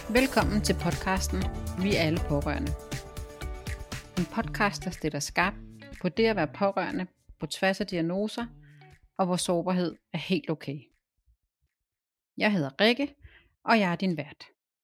Velkommen til podcasten Vi er alle pårørende. En podcast, der stiller skarp på det at være pårørende på tværs af diagnoser, og hvor sårbarhed er helt okay. Jeg hedder Rikke, og jeg er din vært.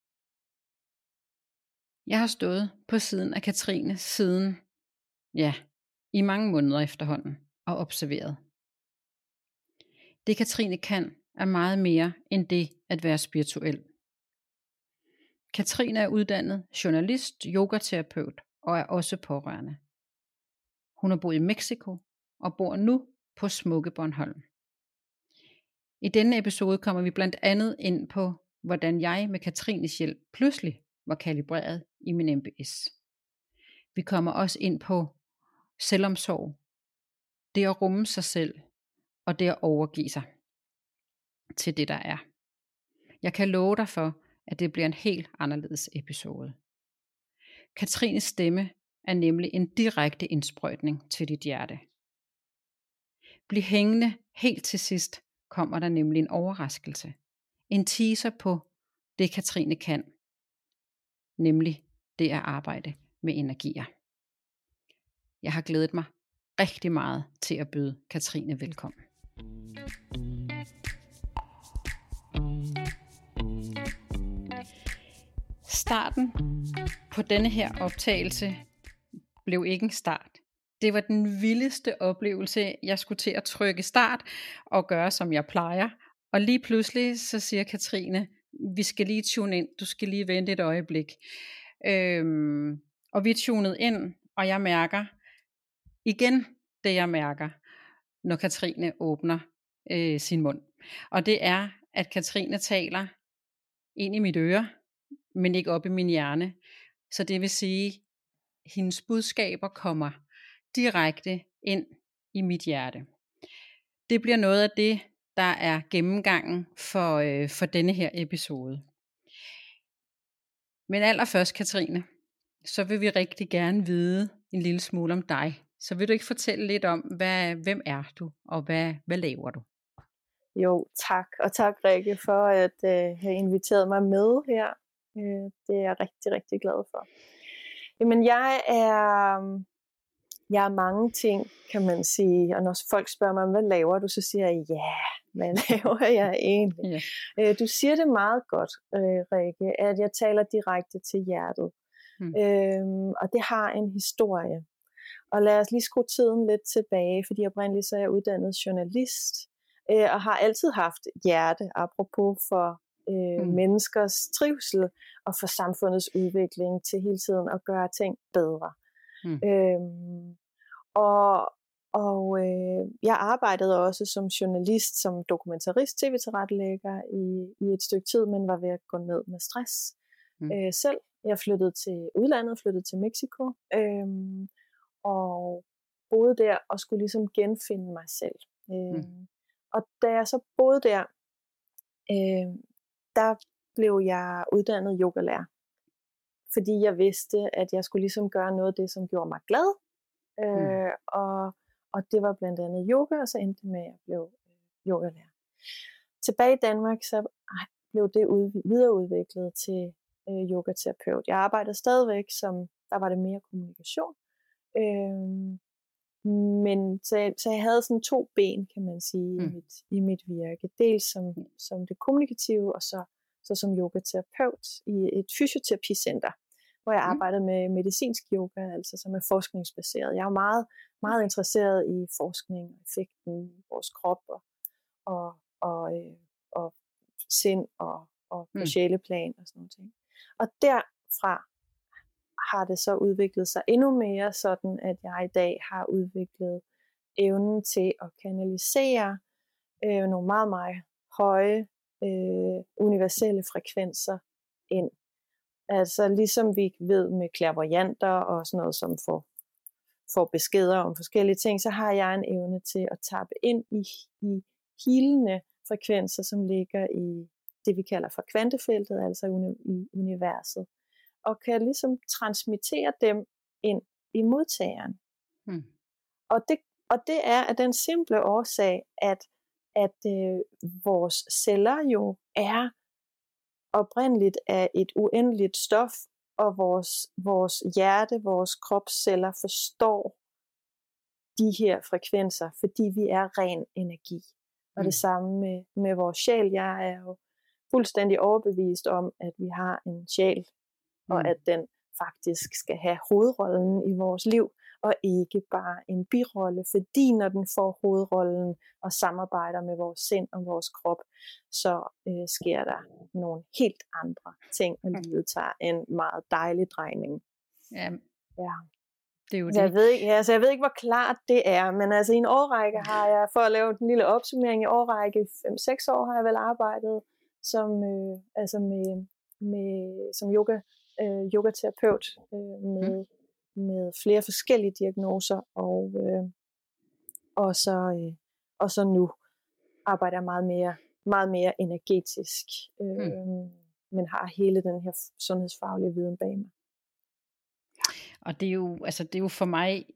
Jeg har stået på siden af Katrine siden, i mange måneder efterhånden, og observeret. Det Katrine kan, er meget mere end det at være spirituel. Katrine er uddannet journalist, yogaterapeut og er også pårørende. Hun har boet i Mexico og bor nu på smukke Bornholm. I denne episode kommer vi blandt andet ind på, hvordan jeg med Katrines hjælp pludselig var kalibreret i min MBS. Vi kommer også ind på selvomsorg, det at rumme sig selv og det at overgive sig til det der er. Jeg kan love dig for, at det bliver en helt anderledes episode. Katrines stemme er nemlig en direkte indsprøjtning til dit hjerte. Bliv hængende, helt til sidst kommer der nemlig en overraskelse. En teaser på det Katrine kan, nemlig det at arbejde med energier. Jeg har glædet mig rigtig meget til at byde Katrine velkommen. Starten på denne her optagelse blev ikke en start. Det var den vildeste oplevelse. Jeg skulle til at trykke start og gøre som jeg plejer. Og lige pludselig så siger Katrine, vi skal lige tune ind, du skal lige vente et øjeblik. Og vi er tunet ind, og jeg mærker igen det jeg mærker, når Katrine åbner sin mund. Og det er, at Katrine taler ind i mit øre, men ikke op i min hjerne. Så det vil sige, hendes budskaber kommer direkte ind i mit hjerte. Det bliver noget af det, der er gennemgangen for denne her episode. Men allerførst, Katrine, så vil vi rigtig gerne vide en lille smule om dig. Så vil du ikke fortælle lidt om, hvem er du, og hvad laver du? Jo, tak. Og tak, Rikke, for at have inviteret mig med her. Det er jeg rigtig, rigtig glad for. Jamen, jeg er mange ting, kan man sige. Og når folk spørger mig, hvad laver du, så siger jeg, hvad laver jeg egentlig? Yeah. Du siger det meget godt, Rikke, at jeg taler direkte til hjertet. Og det har en historie. Og lad os lige skrue tiden lidt tilbage, fordi oprindeligt så er jeg uddannet journalist, og har altid haft hjerte, apropos for menneskers trivsel og for samfundets udvikling til hele tiden at gøre ting bedre. Jeg arbejdede også som journalist, som dokumentarist, tv-tilrettelægger i et stykke tid, men var ved at gå ned med stress selv. Jeg flyttede til udlandet, flyttede til Mexico, og boede der og skulle ligesom genfinde mig selv. Og da jeg så boede der, der blev jeg uddannet yogalærer. Fordi jeg vidste, at jeg skulle ligesom gøre noget af det, som gjorde mig glad. Og det var blandt andet yoga, og så endte det med, at jeg blev yogalærer. Tilbage i Danmark, så blev det videreudviklet til yogaterapeut. Jeg arbejdede stadigvæk der var det mere kommunikation. Men så jeg havde sådan 2 ben, kan man sige, i mit virke. Dels som det kommunikative, og så som yogaterapeut i et fysioterapicenter, hvor jeg arbejdede med medicinsk yoga, altså som er forskningsbaseret. Jeg er meget, meget interesseret i forskning og effekten i vores krop og sind og på sjæleplan og sådan noget. Og derfra har det så udviklet sig endnu mere sådan, at jeg i dag har udviklet evnen til at kanalisere nogle meget, meget høje universelle frekvenser ind. Altså ligesom vi ved med clairvoyanter og sådan noget, som får beskeder om forskellige ting, så har jeg en evne til at tappe ind i healende frekvenser, som ligger i det, vi kalder for kvantefeltet, altså i universet, og kan ligesom transmittere dem ind i modtageren. Og det er af den simple årsag, at vores celler jo er oprindeligt er et uendeligt stof, og vores hjerte, vores kropsceller forstår de her frekvenser, fordi vi er ren energi. Og det samme med vores sjæl. Jeg er jo fuldstændig overbevist om, at vi har en sjæl, og at den faktisk skal have hovedrollen i vores liv, og ikke bare en birolle, fordi når den får hovedrollen og samarbejder med vores sind og vores krop, så sker der nogle helt andre ting, og livet tager en meget dejlig drejning. Ja. Det er jo det. Jeg ved ikke, hvor klart det er, men altså i en årrække har jeg, for at lave en lille opsummering, i årrække 5-6 år har jeg vel arbejdet som yogaterapeut med flere forskellige diagnoser, og så nu arbejder jeg meget mere energetisk, men har hele den her sundhedsfaglige viden bag mig. Og det er jo for mig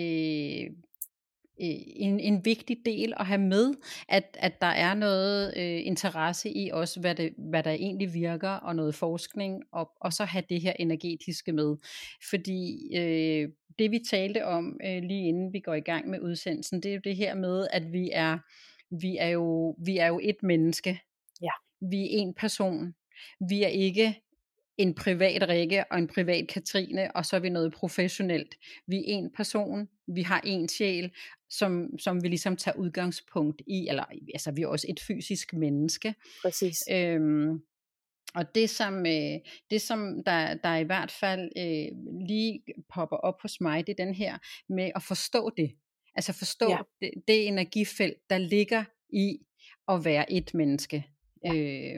en vigtig del at have med, at der er noget interesse i også, hvad der egentlig virker, og noget forskning, og så have det her energetiske med. Fordi det vi talte om lige inden vi går i gang med udsendelsen, det er jo det her med, at vi er jo et menneske. Ja. Vi er en person. Vi er ikke en privat Rikke og en privat Katrine, og så er vi noget professionelt. Vi er en person, vi har en sjæl, som vi ligesom tager udgangspunkt i, eller altså vi er også et fysisk menneske. Præcis. Og det som der i hvert fald lige popper op hos mig, det er den her med at forstå det. Altså forstå det energifelt, der ligger i at være et menneske. Ja.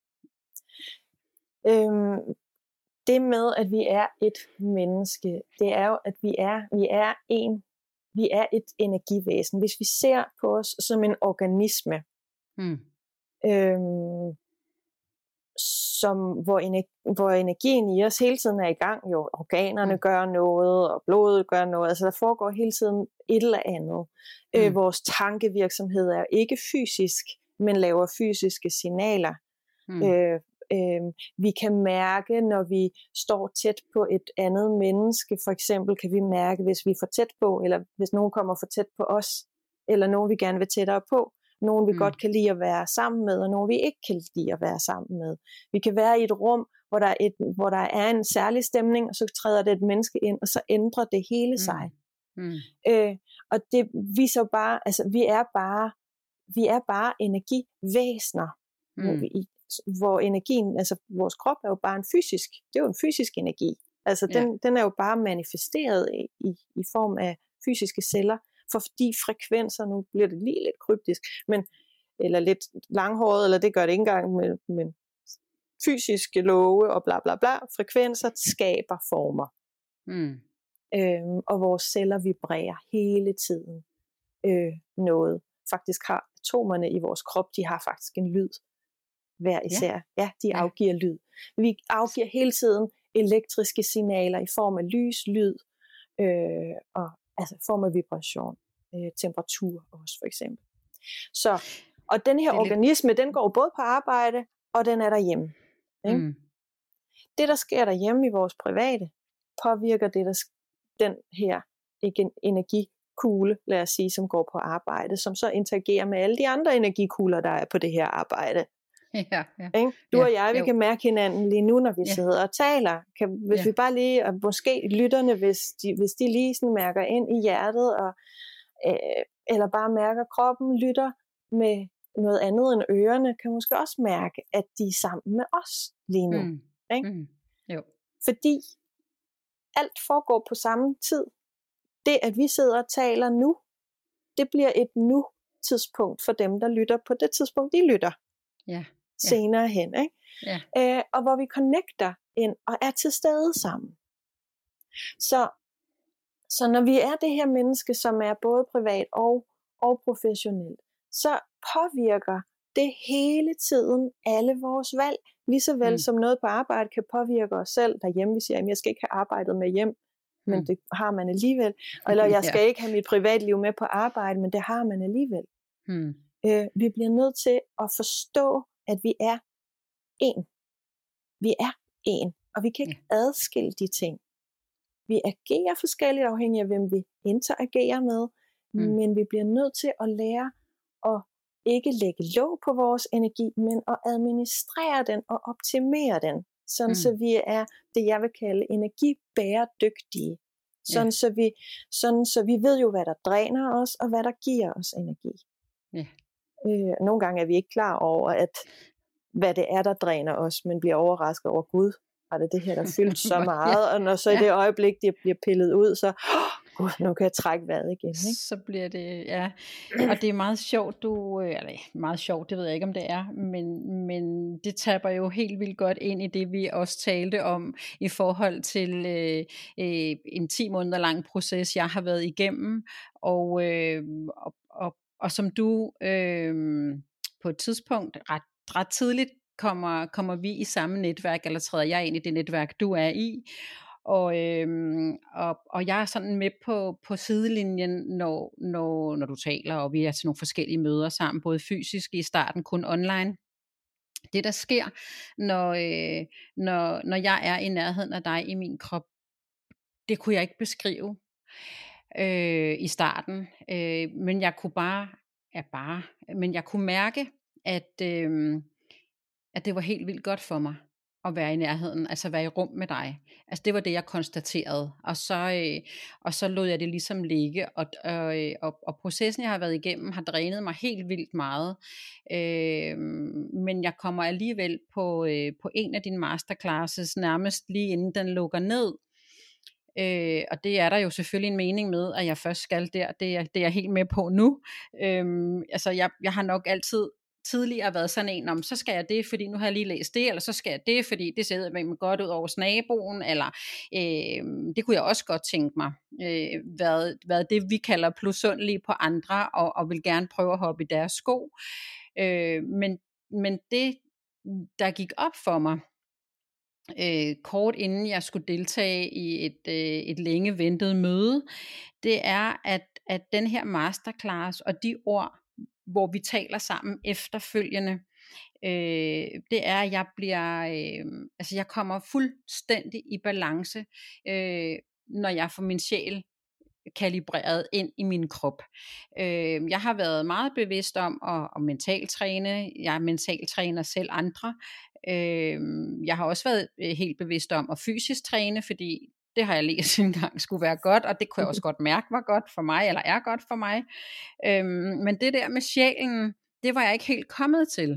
Det med, at vi er et menneske, det er jo, at vi er et energivæsen. Hvis vi ser på os som en organisme, hvor energien i os hele tiden er i gang, jo organerne gør noget, og blodet gør noget, altså der foregår hele tiden et eller andet. Vores tankevirksomhed er ikke fysisk, men laver fysiske signaler. Vi kan mærke, når vi står tæt på et andet menneske, for eksempel kan vi mærke, hvis vi er for tæt på, eller hvis nogen kommer for tæt på os, eller nogen vi gerne vil tættere på, nogen vi godt kan lide at være sammen med, og nogen vi ikke kan lide at være sammen med. Vi kan være i et rum, hvor der er en særlig stemning, og så træder det et menneske ind, og så ændrer det hele sig. Og det viser bare, altså vi er bare energivæsener, hvor energien, altså vores krop er jo bare det er jo en fysisk energi. Altså den er jo bare manifesteret i form af fysiske celler, fordi frekvenser, nu bliver det lige lidt kryptisk, eller lidt langhåret, eller det gør det ikke engang, men fysiske love og bla bla bla, frekvenser skaber former. Og vores celler vibrerer hele tiden noget. Faktisk har atomerne i vores krop, de har faktisk en lyd hver især. Ja, de afgiver lyd. Vi afgiver hele tiden elektriske signaler i form af lys, lyd, og altså form af vibration, temperatur også for eksempel. Så, og den her organisme, den går både på arbejde, og den er derhjemme. Det, der sker derhjemme i vores private, påvirker den her energikugle, lad os sige, som går på arbejde, som så interagerer med alle de andre energikugler, der er på det her arbejde. Du og jeg, vi kan mærke hinanden lige nu, når vi sidder og taler. Hvis vi bare lige, og måske lytterne, hvis de lige sådan mærker ind i hjertet, eller bare mærker kroppen, lytter med noget andet end ørerne, kan måske også mærke, at de er sammen med os lige nu. Jo. Fordi alt foregår på samme tid. Det, at vi sidder og taler nu, det bliver et nu-tidspunkt for dem, der lytter på det tidspunkt, de lytter. Senere hen, ikke? Og hvor vi connecter ind og er til stede sammen. Så når vi er det her menneske, som er både privat og professionelt, så påvirker det hele tiden alle vores valg, lige så vel som noget på arbejde kan påvirke os selv derhjemme. Vi siger, at jeg skal ikke have arbejdet med hjem, men det har man alligevel. Eller jeg skal ikke have mit privatliv med på arbejde, men det har man alligevel. Vi bliver nødt til at forstå, at vi er én. Vi er en, og vi kan ikke adskille de ting. Vi agerer forskelligt afhængig af, hvem vi interagerer med, men vi bliver nødt til at lære at ikke lægge låg på vores energi, men at administrere den og optimere den, sådan så vi er det, jeg vil kalde energibæredygtige. Så vi ved jo, hvad der dræner os, og hvad der giver os energi. Nogle gange er vi ikke klar over, hvad det er, der dræner os, men bliver overrasket over Gud. Har det her, der fyldt så meget, og når så i det øjeblik, det bliver pillet ud, så Gud, nu kan jeg trække vejret igen. Ikke? Så bliver det, og det er meget sjovt, eller meget sjovt, det ved jeg ikke, om det er, men det tapper jo helt vildt godt ind i det, vi også talte om, i forhold til en 10 måneder lang proces, jeg har været igennem, og som du på et tidspunkt ret tidligt kommer vi i samme netværk, eller træder jeg ind i det netværk, du er i, og jeg er sådan med på sidelinjen, når du taler, og vi er til nogle forskellige møder sammen, både fysisk i starten, kun online. Det der sker, når jeg er i nærheden af dig i min krop, det kunne jeg ikke beskrive i starten, men jeg kunne men jeg kunne mærke, at det var helt vildt godt for mig at være i nærheden, altså være i rum med dig. Altså det var det, jeg konstaterede, og så lod jeg det ligesom ligge, og processen, jeg har været igennem, har drænet mig helt vildt meget, men jeg kommer alligevel på en af dine masterclasses, nærmest lige inden den lukker ned, og det er der jo selvfølgelig en mening med, at jeg først skal der, det er jeg helt med på nu. Altså jeg har nok altid tidligere været sådan en om, så skal jeg det, fordi nu har jeg lige læst det, eller så skal jeg det, fordi det ser mig godt ud over naboen, eller det kunne jeg også godt tænke mig, været det vi kalder plusundelige på andre, og vil gerne prøve at hoppe i deres sko, men det der gik op for mig, kort inden jeg skulle deltage i et længe ventet møde, det er, at den her masterclass og de ord, hvor vi taler sammen efterfølgende, det er, at jeg bliver, jeg kommer fuldstændig i balance, når jeg får min sjæl kalibreret ind i min krop. Jeg har været meget bevidst om at mentaltræne. Jeg mentaltræner selv andre. Jeg har også været helt bevidst om at fysisk træne, fordi det har jeg læst engang skulle være godt, og det kunne jeg også godt mærke var godt for mig, eller er godt for mig. Men det der med sjælen, det var jeg ikke helt kommet til.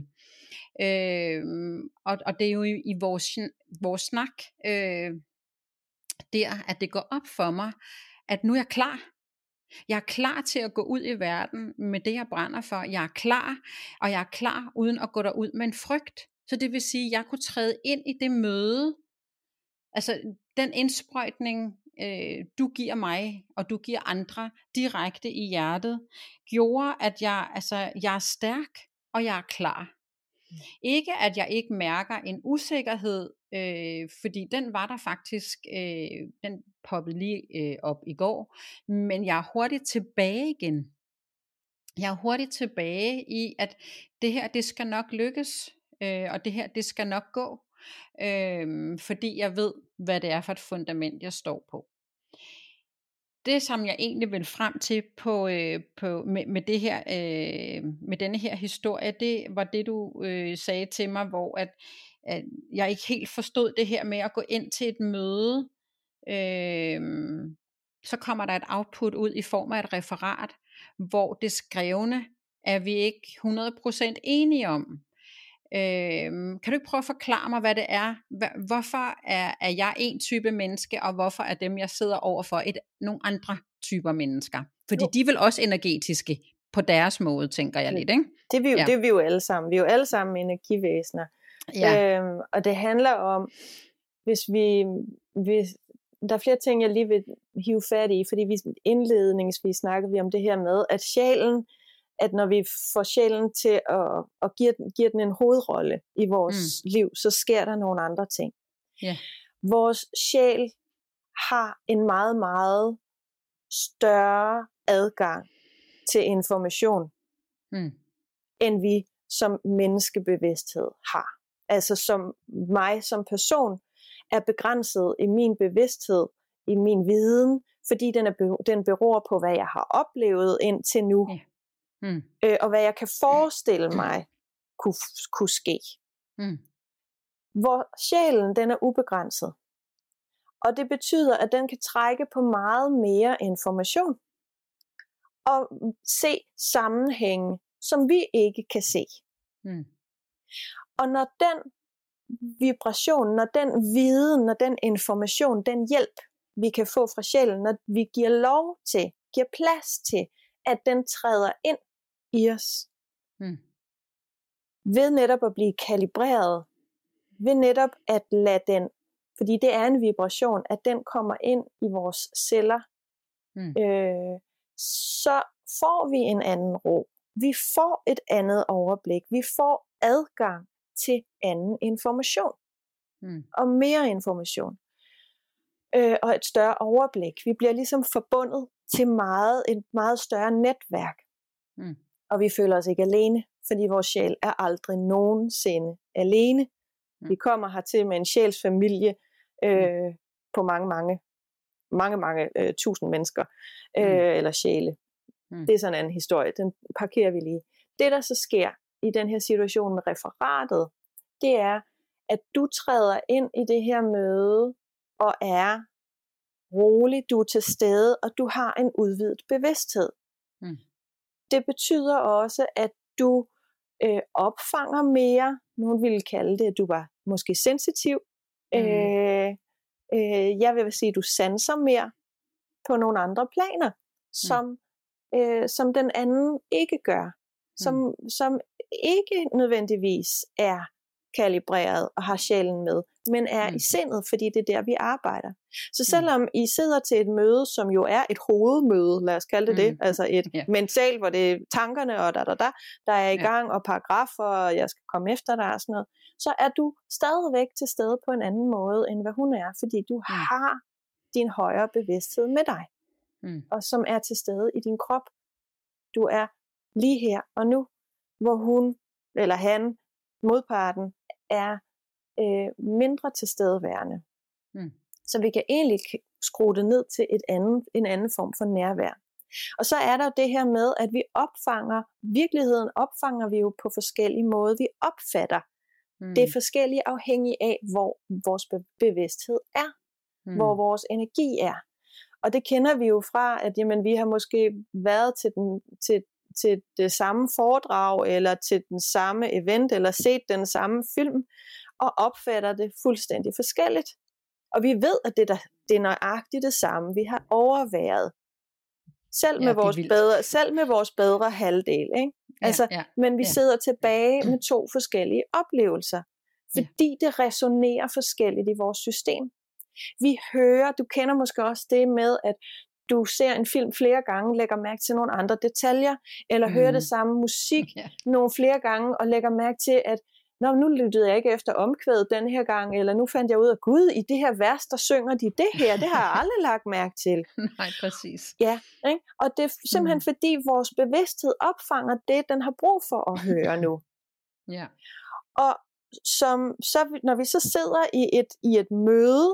Og det er jo i vores snak, der at det går op for mig, at nu er jeg klar. Jeg er klar til at gå ud i verden med det, jeg brænder for. Jeg er klar, og jeg er klar uden at gå derud med en frygt. Så det vil sige, at jeg kunne træde ind i det møde, altså den indsprøjtning, du giver mig, og du giver andre direkte i hjertet, gjorde, at jeg er stærk, og jeg er klar. Ikke at jeg ikke mærker en usikkerhed, fordi den var der faktisk, den poppede lige op i går, men jeg er hurtigt tilbage igen. Jeg er hurtigt tilbage i, at det her, det skal nok lykkes, og det her, det skal nok gå, fordi jeg ved, hvad det er for et fundament, jeg står på. Det, som jeg egentlig vil frem til med det her, med denne her historie, det var det, du sagde til mig, hvor at jeg ikke helt forstod det her med at gå ind til et møde. Så kommer der et output ud i form af et referat, hvor det skrevne er vi ikke 100% enige om. Kan du ikke prøve at forklare mig, hvad det er? Hvorfor er jeg en type menneske, og hvorfor er dem, jeg sidder overfor, nogle andre typer mennesker? Fordi de er vel også energetiske på deres måde, tænker jeg lidt, ikke? Det er vi jo alle sammen. Vi er jo alle sammen energivæsener. Ja. Og det handler om, hvis der er flere ting, jeg lige vil hive fat i, fordi indledningsvis snakkede vi om det her med, at sjælen, at når vi får sjælen til at give den en hovedrolle i vores liv, så sker der nogle andre ting. Yeah. Vores sjæl har en meget, meget større adgang til information, end vi som menneskebevidsthed har. altså som mig som person, er begrænset i min bevidsthed, i min viden, fordi den beror på, hvad jeg har oplevet indtil nu, og hvad jeg kan forestille mig kunne ske. Hvor sjælen, den er ubegrænset. Og det betyder, at den kan trække på meget mere information, og se sammenhænge, som vi ikke kan se. Og når den vibration, når den viden, når den information, den hjælp, vi kan få fra sjælen, når vi giver lov til, giver plads til, at den træder ind i os, ved netop at blive kalibreret, ved netop at lade den, fordi det er en vibration, at den kommer ind i vores celler, så får vi en anden ro. Vi får et andet overblik. Vi får adgang til anden information. Og mere information. Og et større overblik. Vi bliver ligesom forbundet til et meget større netværk. Og vi føler os ikke alene, fordi vores sjæl er aldrig nogensinde alene. Vi kommer hertil med en sjælsfamilie på mange tusind mennesker, eller sjæle. Det er sådan en anden historie, den parkerer vi lige. Det der så sker i den her situation med referatet, det er, at du træder ind i det her møde, og er rolig, du er til stede, og du har en udvidet bevidsthed. Det betyder også, at du opfanger mere, nogen ville kalde det, at du var måske sensitiv. Jeg vil sige, at du sanser mere på nogle andre planer, som den anden ikke gør, som ikke nødvendigvis er kalibreret og har sjælen med, men er i sindet, fordi det er der, vi arbejder. Så selvom I sidder til et møde, som jo er et hovedmøde, lad os kalde det altså et mentalt, hvor det er tankerne og der er i gang, og paragrafer, og jeg skal komme efter dig og sådan noget, så er du stadigvæk til stede på en anden måde, end hvad hun er, fordi du har din højere bevidsthed med dig, og som er til stede i din krop. Du er lige her og nu, hvor hun eller han, modparten, er mindre tilstedeværende. Så vi kan egentlig skrue det ned til en anden form for nærvær. Og så er der det her med, at vi virkeligheden opfanger vi jo på forskellige måder. Vi opfatter det forskellige afhængigt af, hvor vores bevidsthed er, hvor vores energi er. Og det kender vi jo fra, at jamen, vi har måske været til det samme foredrag, eller til den samme event, eller set den samme film, og opfatter det fuldstændig forskelligt. Og vi ved, at det er nøjagtigt det samme, vi har overværet. Selv med vores bedre halvdel. Ikke? Men vi sidder tilbage med to forskellige oplevelser, fordi det resonerer forskelligt i vores system. Vi hører, du kender måske også det med, at du ser en film flere gange, lægger mærke til nogle andre detaljer, eller hører det samme musik nogle flere gange, og lægger mærke til, at nu lyttede jeg ikke efter omkvædet den her gang, eller nu fandt jeg ud af, Gud, i det her vers, der synger de det her, det har jeg aldrig lagt mærke til. Nej, præcis. Ja, ikke? Og det er simpelthen fordi vores bevidsthed opfanger det, den har brug for at høre nu. Ja. Og når vi så sidder i et møde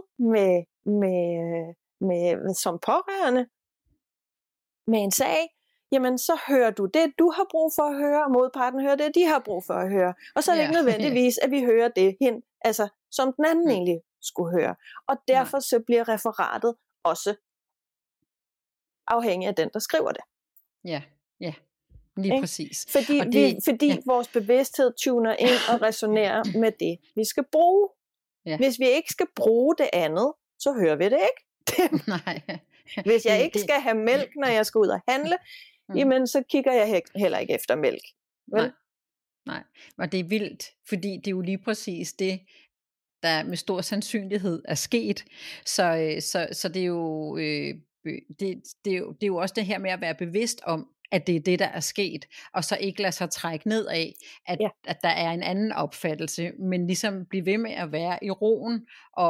med som pårørende med en sag, jamen så hører du det, du har brug for at høre, og modparten hører det, de har brug for at høre. Og så er det ikke nødvendigvis, at vi hører det hen, altså som den anden egentlig skulle høre. Og derfor så bliver referatet også afhængig af den, der skriver det. Ja, lige præcis. Fordi vores bevidsthed tuner ind og resonerer med det, vi skal bruge. Ja. Hvis vi ikke skal bruge det andet, så hører vi det ikke. Nej. Hvis jeg ikke skal have mælk, når jeg skal ud og handle, jamen så kigger jeg heller ikke efter mælk. Vel? Nej, og det er vildt, fordi det er jo lige præcis det, der med stor sandsynlighed er sket. Så det er jo det er jo også det her med at være bevidst om, at det er det, der er sket, og så ikke lade sig trække ned af, at der er en anden opfattelse, men ligesom blive ved med at være i roen,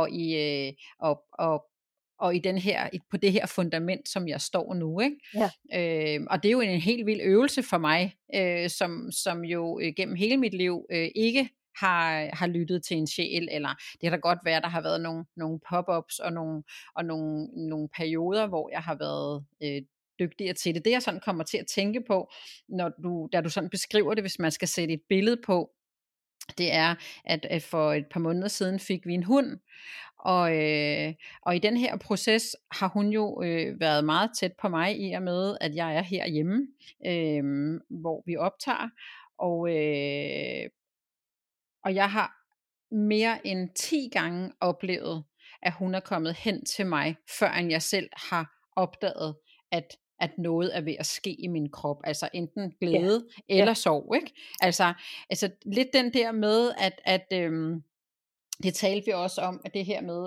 og i den her, på det her fundament, som jeg står nu, ikke? Ja. Og det er jo en helt vild øvelse for mig, som jo gennem hele mit liv ikke har lyttet til en sjæl, eller det kan da godt være, der har været nogle pop-ups og nogle perioder, hvor jeg har været dygtigere til det. Det jeg sådan kommer til at tænke på, da du sådan beskriver det, hvis man skal sætte et billede på, det er, at for et par måneder siden fik vi en hund, og i den her proces har hun jo været meget tæt på mig, i og med, at jeg er herhjemme, hvor vi optager, og jeg har mere end 10 gange oplevet, at hun er kommet hen til mig, før end jeg selv har opdaget, at noget er ved at ske i min krop, altså enten glæde eller sorg, ikke? Altså lidt den der med, at det talte vi også om, at det her med,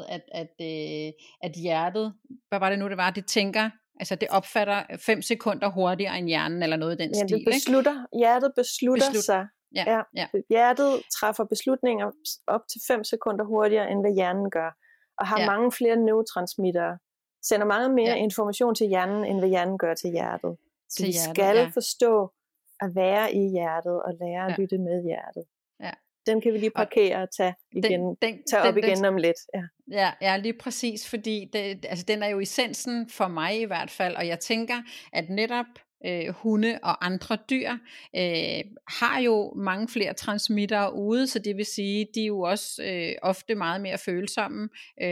at hjertet, hvad var det nu, det var, det tænker, altså det opfatter 5 sekunder hurtigere end hjernen, eller noget i den stil, ikke? Hjertet beslutter sig. Ja. Hjertet træffer beslutninger op til 5 sekunder hurtigere, end hvad hjernen gør, og har mange flere neurotransmittere, sender meget mere information til hjernen, end hvad hjernen gør til hjertet. Så vi skal forstå at være i hjertet, og lære at lytte med hjertet. Ja. Den kan vi lige parkere og tage op igen om lidt. Ja, lige præcis, fordi den er jo essensen for mig i hvert fald, og jeg tænker, at netop hunde og andre dyr har jo mange flere transmittere ude, så det vil sige, de er jo også ofte meget mere følsomme.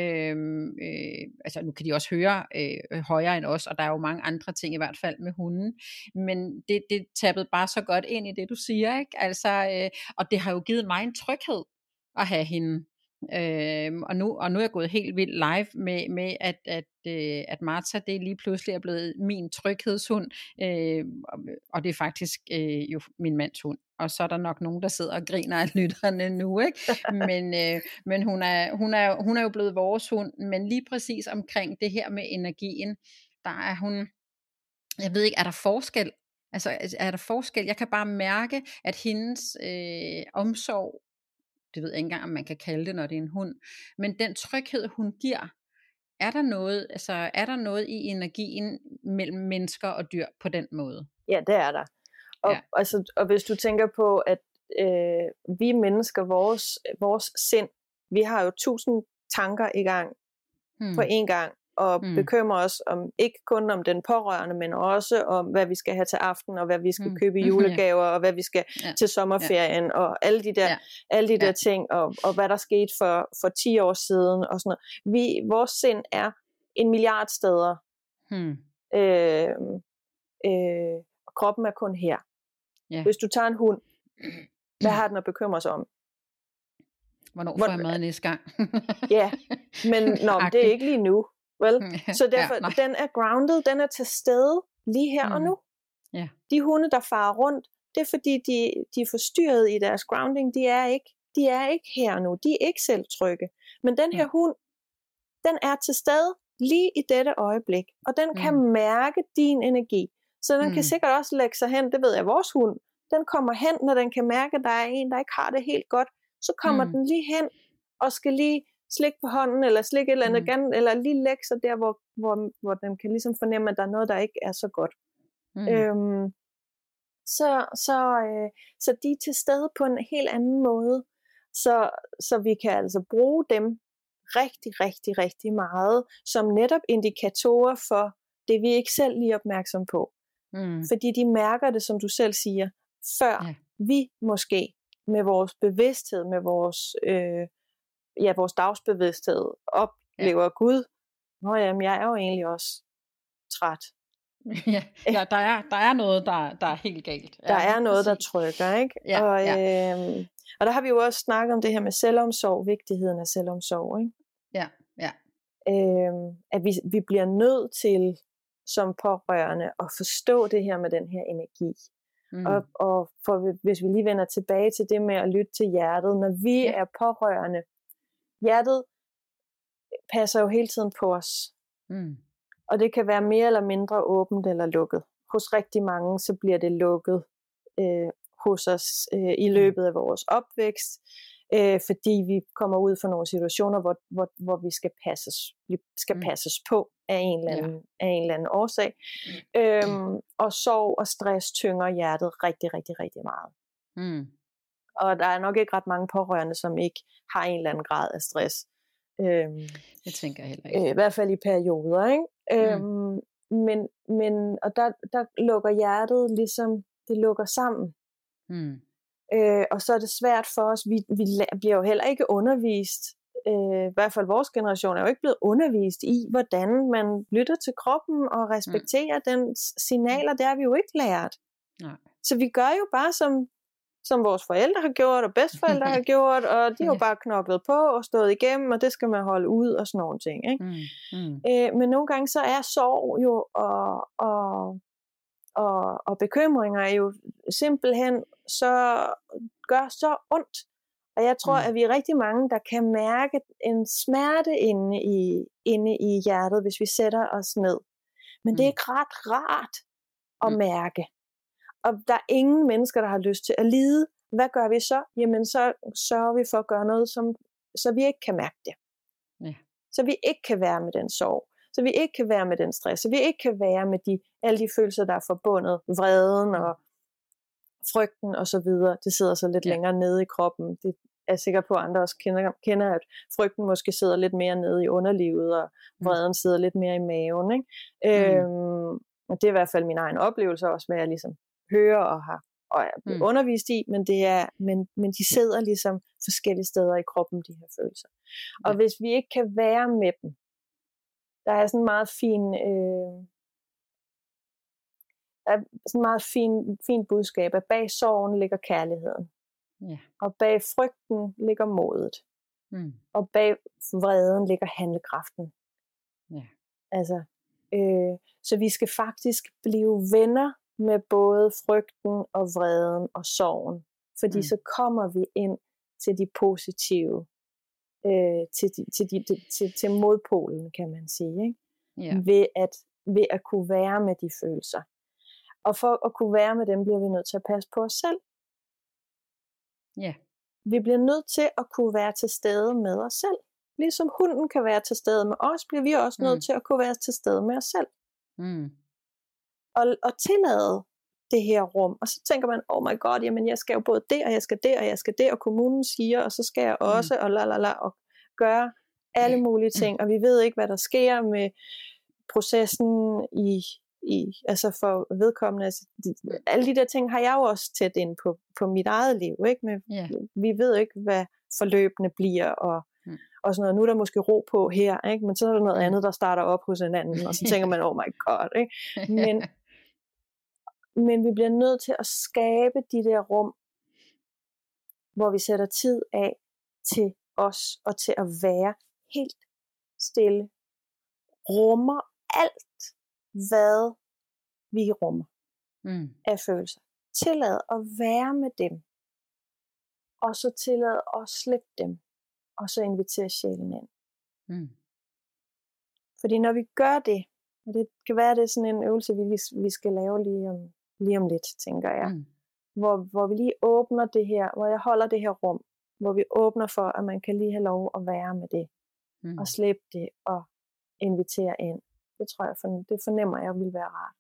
Altså nu kan de også høre højere end os, og der er jo mange andre ting i hvert fald med hunden, men det tappede bare så godt ind i det, du siger, ikke? Altså, og det har jo givet mig en tryghed at have hende. Og nu er jeg gået helt vildt live med at Martha, det lige pludselig er blevet min tryghedshund, og det er faktisk jo min mands hund. Og så er der nok nogen, der sidder og griner af lytterne nu, ikke? Men hun er jo blevet vores hund, men lige præcis omkring det her med energien, der er hun, jeg ved ikke, er der forskel? Altså er der forskel? Jeg kan bare mærke, at hendes omsorg, det ved jeg ikke engang, om man kan kalde det, når det er en hund, men den tryghed, hun giver, er der noget i energien mellem mennesker og dyr på den måde? Ja, det er der. Og hvis du tænker på, at vi mennesker, vores sind, vi har jo 1000 tanker i gang på én gang, og bekymrer os om ikke kun om den pårørende, men også om, hvad vi skal have til aften, og hvad vi skal købe i julegaver, og hvad vi skal til sommerferien, og alle de der ting, og hvad der skete for 10 år siden, og sådan noget. Vores sind er 1 milliard steder. Og kroppen er kun her. Hvis du tager en hund, hvad har den at bekymre sig om? Hvornår får jeg mad næste gang? men det er ikke lige nu. Så derfor, den er grounded, den er til stede lige her og nu. De hunde, der farer rundt, det er fordi, de er forstyrret i deres grounding, de er ikke her nu, de er ikke selv trygge. Men den her hund, den er til stede lige i dette øjeblik, og den kan mærke din energi. Så den kan sikkert også lægge sig hen, det ved jeg, vores hund, den kommer hen, når den kan mærke, at der er en, der ikke har det helt godt, så kommer den lige hen, og skal lige slikke på hånden, eller slikke et eller andet, eller lige lægge sig der, hvor den kan ligesom fornemme, at der er noget, der ikke er så godt. Så de er til stede på en helt anden måde, så vi kan altså bruge dem rigtig, rigtig, rigtig meget, som netop indikatorer for det, vi ikke selv lige er opmærksom på. Fordi de mærker det, som du selv siger, før vi måske med vores bevidsthed, med vores dagsbevidsthed oplever Gud. Jamen, jeg er jo egentlig også træt. Der er noget, der er helt galt. Der er noget, der trykker, ikke? Og der har vi jo også snakket om det her med selvomsorg, vigtigheden af selvomsorg, ikke? At vi bliver nødt til som pårørende at forstå det her med den her energi. Og hvis vi lige vender tilbage til det med at lytte til hjertet, når vi er pårørende, hjertet passer jo hele tiden på os. Og det kan være mere eller mindre åbent eller lukket. Hos rigtig mange, så bliver det lukket hos os i løbet af vores opvækst, fordi vi kommer ud for nogle situationer, hvor vi skal passes på af en eller anden årsag. Og sorg og stress tynger hjertet rigtig, rigtig, rigtig meget. Og der er nok ikke ret mange pårørende, som ikke har en eller anden grad af stress. Det tænker jeg heller ikke. I hvert fald i perioder, ikke? Og der lukker hjertet ligesom, det lukker sammen. Og så er det svært for os, vi bliver jo heller ikke undervist, i hvert fald vores generation er jo ikke blevet undervist i, hvordan man lytter til kroppen og respekterer den signaler, det har vi jo ikke lært. Nej. Så vi gør jo bare som vores forældre har gjort, og bedsteforældre har gjort, og de har jo bare knoklet på og stået igennem, og det skal man holde ud og sådan nogle ting. Ikke? Men nogle gange så er sorg jo og bekymringer er jo simpelthen gør så ondt. Og jeg tror, at vi er rigtig mange, der kan mærke en smerte inde i hjertet, hvis vi sætter os ned. Men det er ikke ret rart at mærke. Og der er ingen mennesker, der har lyst til at lide. Hvad gør vi så? Jamen så sørger vi for at gøre noget, så vi ikke kan mærke det. Ja. Så vi ikke kan være med den sorg. Så vi ikke kan være med den stress. Så vi ikke kan være med alle de følelser, der er forbundet. Vreden og frygten og så videre. Det sidder så lidt længere nede i kroppen. Det er jeg sikker på, at andre også kender, at frygten måske sidder lidt mere nede i underlivet, og vreden sidder lidt mere i maven. Ikke? Og det er i hvert fald min egen oplevelse også, hvad jeg ligesom hører og er blevet undervist i, men de sidder ligesom forskellige steder i kroppen, de her følelser. Og hvis vi ikke kan være med dem, der er sådan en meget fin budskab, at bag sorgen ligger kærligheden. Ja. Og bag frygten ligger modet. Og bag vreden ligger handlekraften. Ja. Altså, så vi skal faktisk blive venner med både frygten og vreden og sorgen. Fordi så kommer vi ind til de positive, til modpolen, kan man sige. Ikke? Ja. Ved at kunne være med de følelser. Og for at kunne være med dem, bliver vi nødt til at passe på os selv. Ja. Vi bliver nødt til at kunne være til stede med os selv. Ligesom hunden kan være til stede med os, bliver vi også nødt til at kunne være til stede med os selv. Og tillade det her rum. Og så tænker man, oh my god, jamen jeg skal jo både det, og jeg skal det, og jeg skal det, og kommunen siger, og så skal jeg også, og og gøre alle mulige ting. Og vi ved ikke, hvad der sker med processen altså for vedkommende. Altså, alle de der ting har jeg jo også tæt ind på mit eget liv. Ikke? Men vi ved ikke, hvad forløbene bliver, og sådan noget. Nu er der måske ro på her, ikke? Men så er der noget andet, der starter op hos en anden, og så tænker man, oh my god. Ikke? Men vi bliver nødt til at skabe de der rum, hvor vi sætter tid af til os, og til at være helt stille. Rummer alt, hvad vi rummer af følelser. Tillad at være med dem. Og så tillad at slippe dem. Og så invitere sjælen ind. Fordi når vi gør det, og det kan være, det er sådan en øvelse, vi skal lave lige om lidt, tænker jeg. Hvor vi lige åbner det her, hvor jeg holder det her rum, hvor vi åbner for, at man kan lige have lov at være med det. Og slippe det og invitere ind. Det tror jeg, det fornemmer jeg vil være rart.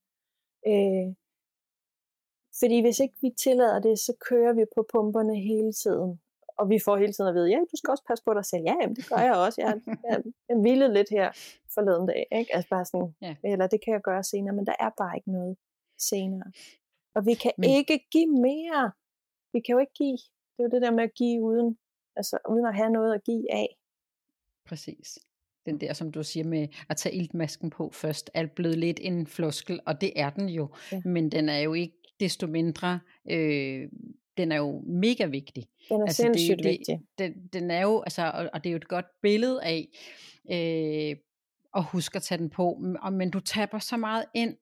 Fordi hvis ikke vi tillader det, så kører vi på pumperne hele tiden. Og vi får hele tiden at vide, ja, du skal også passe på dig selv. Ja, jamen, det gør jeg også. Jeg hvilede lidt her forleden dag. Ikke? Altså bare sådan, eller det kan jeg gøre senere, men der er bare ikke noget senere. Og vi kan ikke give mere. Vi kan jo ikke give. Det er jo det der med at give uden at have noget at give af. Præcis. Den der, som du siger med at tage iltmasken på først, er blevet lidt en floskel, og det er den jo. Ja. Men den er jo ikke desto mindre, den er jo mega vigtig. Den er sindssygt vigtig. Den er jo, og det er jo et godt billede af, at huske at tage den på, men du tapper så meget ind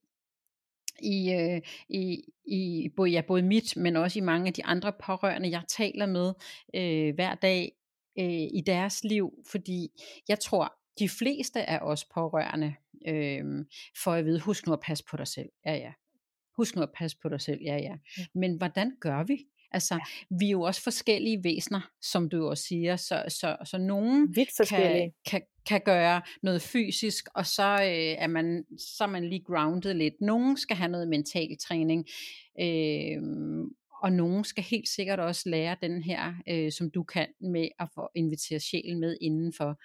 i både mit, men også i mange af de andre pårørende, jeg taler med hver dag i deres liv, fordi jeg tror, de fleste af os pårørende får at vide, husk nu at passe på dig selv. Ja. Husk nu at passe på dig selv. Ja. Men hvordan gør vi? Altså, vi er jo også forskellige væsener, som du også siger, så nogen kan gøre noget fysisk, og så er man lige grounded lidt. Nogen skal have noget mental træning, og nogen skal helt sikkert også lære den her, som du kan, med at få invitere sjælen med indenfor.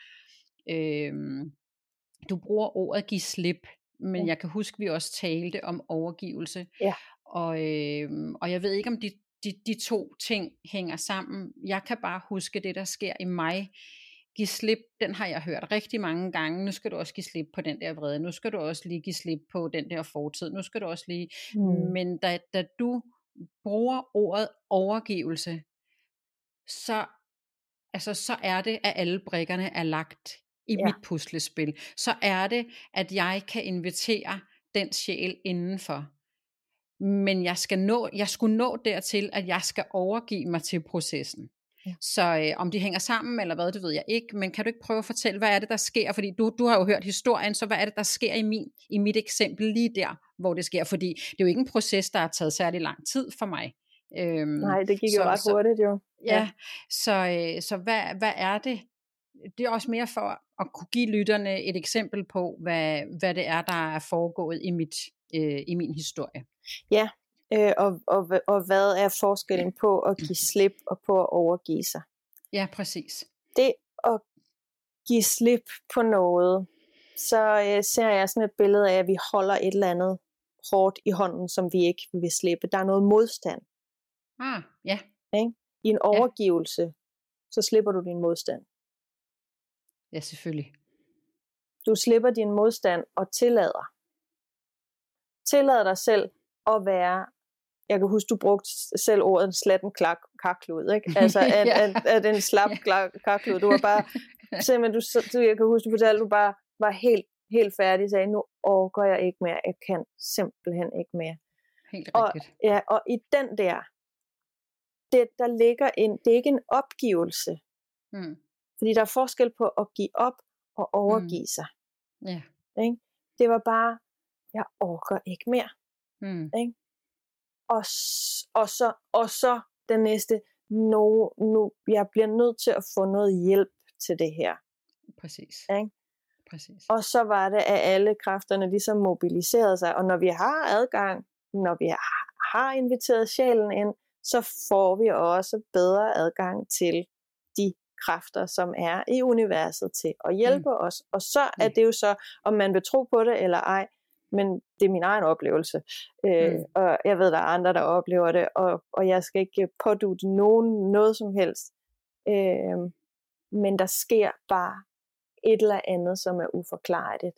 Du bruger ordet give slip, men jeg kan huske, vi også talte om overgivelse. Ja. Og jeg ved ikke, om de to ting hænger sammen. Jeg kan bare huske det, der sker i mig. Giv slip, den har jeg hørt rigtig mange gange. Nu skal du også give slip på den der vrede. Nu skal du også lige give slip på den der fortid. Nu skal du også lige... Men da du bruger ordet overgivelse, så er det, at alle brikkerne er lagt i mit puslespil. Så er det, at jeg kan invitere den sjæl indenfor. Men jeg skulle nå dertil, at jeg skal overgive mig til processen. Ja. Så om de hænger sammen eller hvad, det ved jeg ikke. Men kan du ikke prøve at fortælle, hvad er det, der sker? Fordi du har jo hørt historien, så hvad er det, der sker i mit eksempel lige der, hvor det sker? Fordi det er jo ikke en proces, der har taget særlig lang tid for mig. Nej, det gik jo ret hurtigt jo. Ja, så hvad er det? Det er også mere for at kunne give lytterne et eksempel på, hvad det er, der er foregået i min historie. Ja, og hvad er forskellen på at give slip og på at overgive sig? Ja, præcis. Det at give slip på noget, så ser jeg sådan et billede af, at vi holder et eller andet hårdt i hånden, som vi ikke vil slippe. Der er noget modstand. Ja. I en overgivelse, så slipper du din modstand. Ja, selvfølgelig. Du slipper din modstand og tillader dig selv at være, jeg kan huske, du brugte selv ordet slatten karklud, ikke? Altså, at en slap karklud. Du var bare, simpelthen, jeg kan huske, du fortalte, du bare var helt færdig, sagde, nu orker jeg ikke mere, jeg kan simpelthen ikke mere. Helt rigtigt. Og i den der ligger det er ikke en opgivelse. Fordi der er forskel på at give op og overgive sig. Ja. Ikke? Det var bare, jeg orker ikke mere. Ikke? Og så den næste, nu jeg bliver nødt til at få noget hjælp til det her. Præcis. Ikke? Præcis. Og så var det, at alle kræfterne ligesom mobiliserede sig. Og når vi har adgang, når vi har inviteret sjælen ind, så får vi også bedre adgang til de kræfter, som er i universet til at hjælpe os. Og så er det jo så, om man vil tro på det eller ej, men det er min egen oplevelse. Og jeg ved, der er andre, der oplever det, og jeg skal ikke pådutte nogen noget som helst. Men der sker bare et eller andet, som er uforklarligt.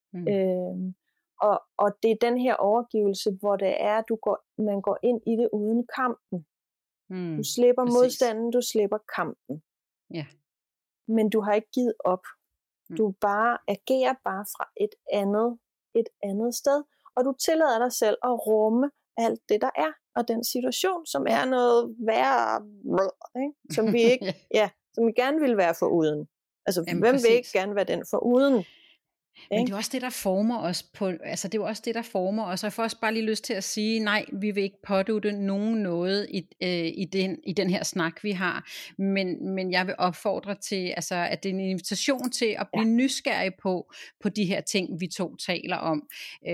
Og det er den her overgivelse, hvor det er, man går ind i det uden kampen. Du slipper modstanden, du slipper kampen. Ja. Men du har ikke givet op. Du agerer bare fra et andet sted, og du tillader dig selv at rumme alt det, der er, og den situation, som er noget værre, ikke? Som vi ikke, som vi gerne vil være foruden. Altså, hvem vil ikke gerne være den foruden? Men det er også det, der former os det er jo også det, der former os, og jeg får også bare lige lyst til at sige, nej, vi vil ikke pådutte nogen noget i den her snak, vi har, men jeg vil opfordre til, altså, at det er en invitation til at blive nysgerrig på de her ting, vi to taler om,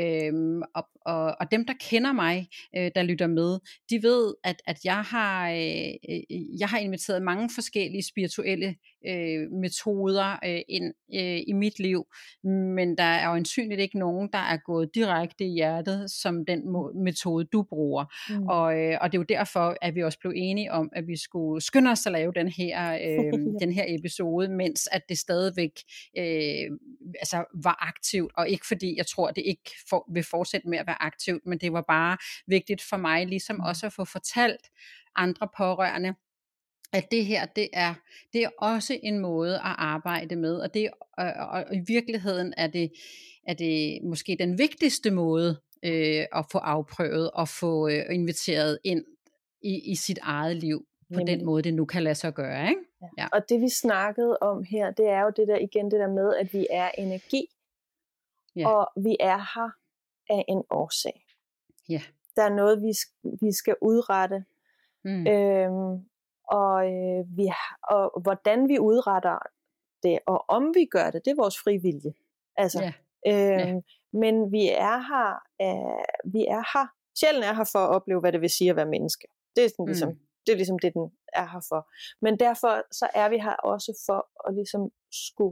og dem, der kender mig, der lytter med, de ved, at jeg har inviteret mange forskellige spirituelle metoder ind i mit liv, men der er jo øjensynligt ikke nogen, der er gået direkte i hjertet, som den metode, du bruger. Og det er jo derfor, at vi også blev enige om, at vi skulle skynde os at lave den her episode, mens at det stadigvæk var aktivt, og ikke fordi jeg tror, det ikke vil fortsætte med at være aktivt, men det var bare vigtigt for mig, ligesom også at få fortalt andre pårørende, at det her, det er også en måde at arbejde med, og i virkeligheden er det måske den vigtigste måde at få afprøvet og få inviteret ind i sit eget liv på den måde, det nu kan lade sig gøre, ikke? Ja. Og det vi snakkede om her, det er jo det der med, at vi er energi, og vi er her af en årsag. Ja. Der er noget, vi skal udrette, og hvordan vi udretter det, og om vi gør det, det er vores frivillige. Altså, men vi er her, sjælen er her for at opleve, hvad det vil sige at være menneske. Det er sådan ligesom, det er ligesom det, den er her for. Men derfor så er vi her også for at ligesom skulle,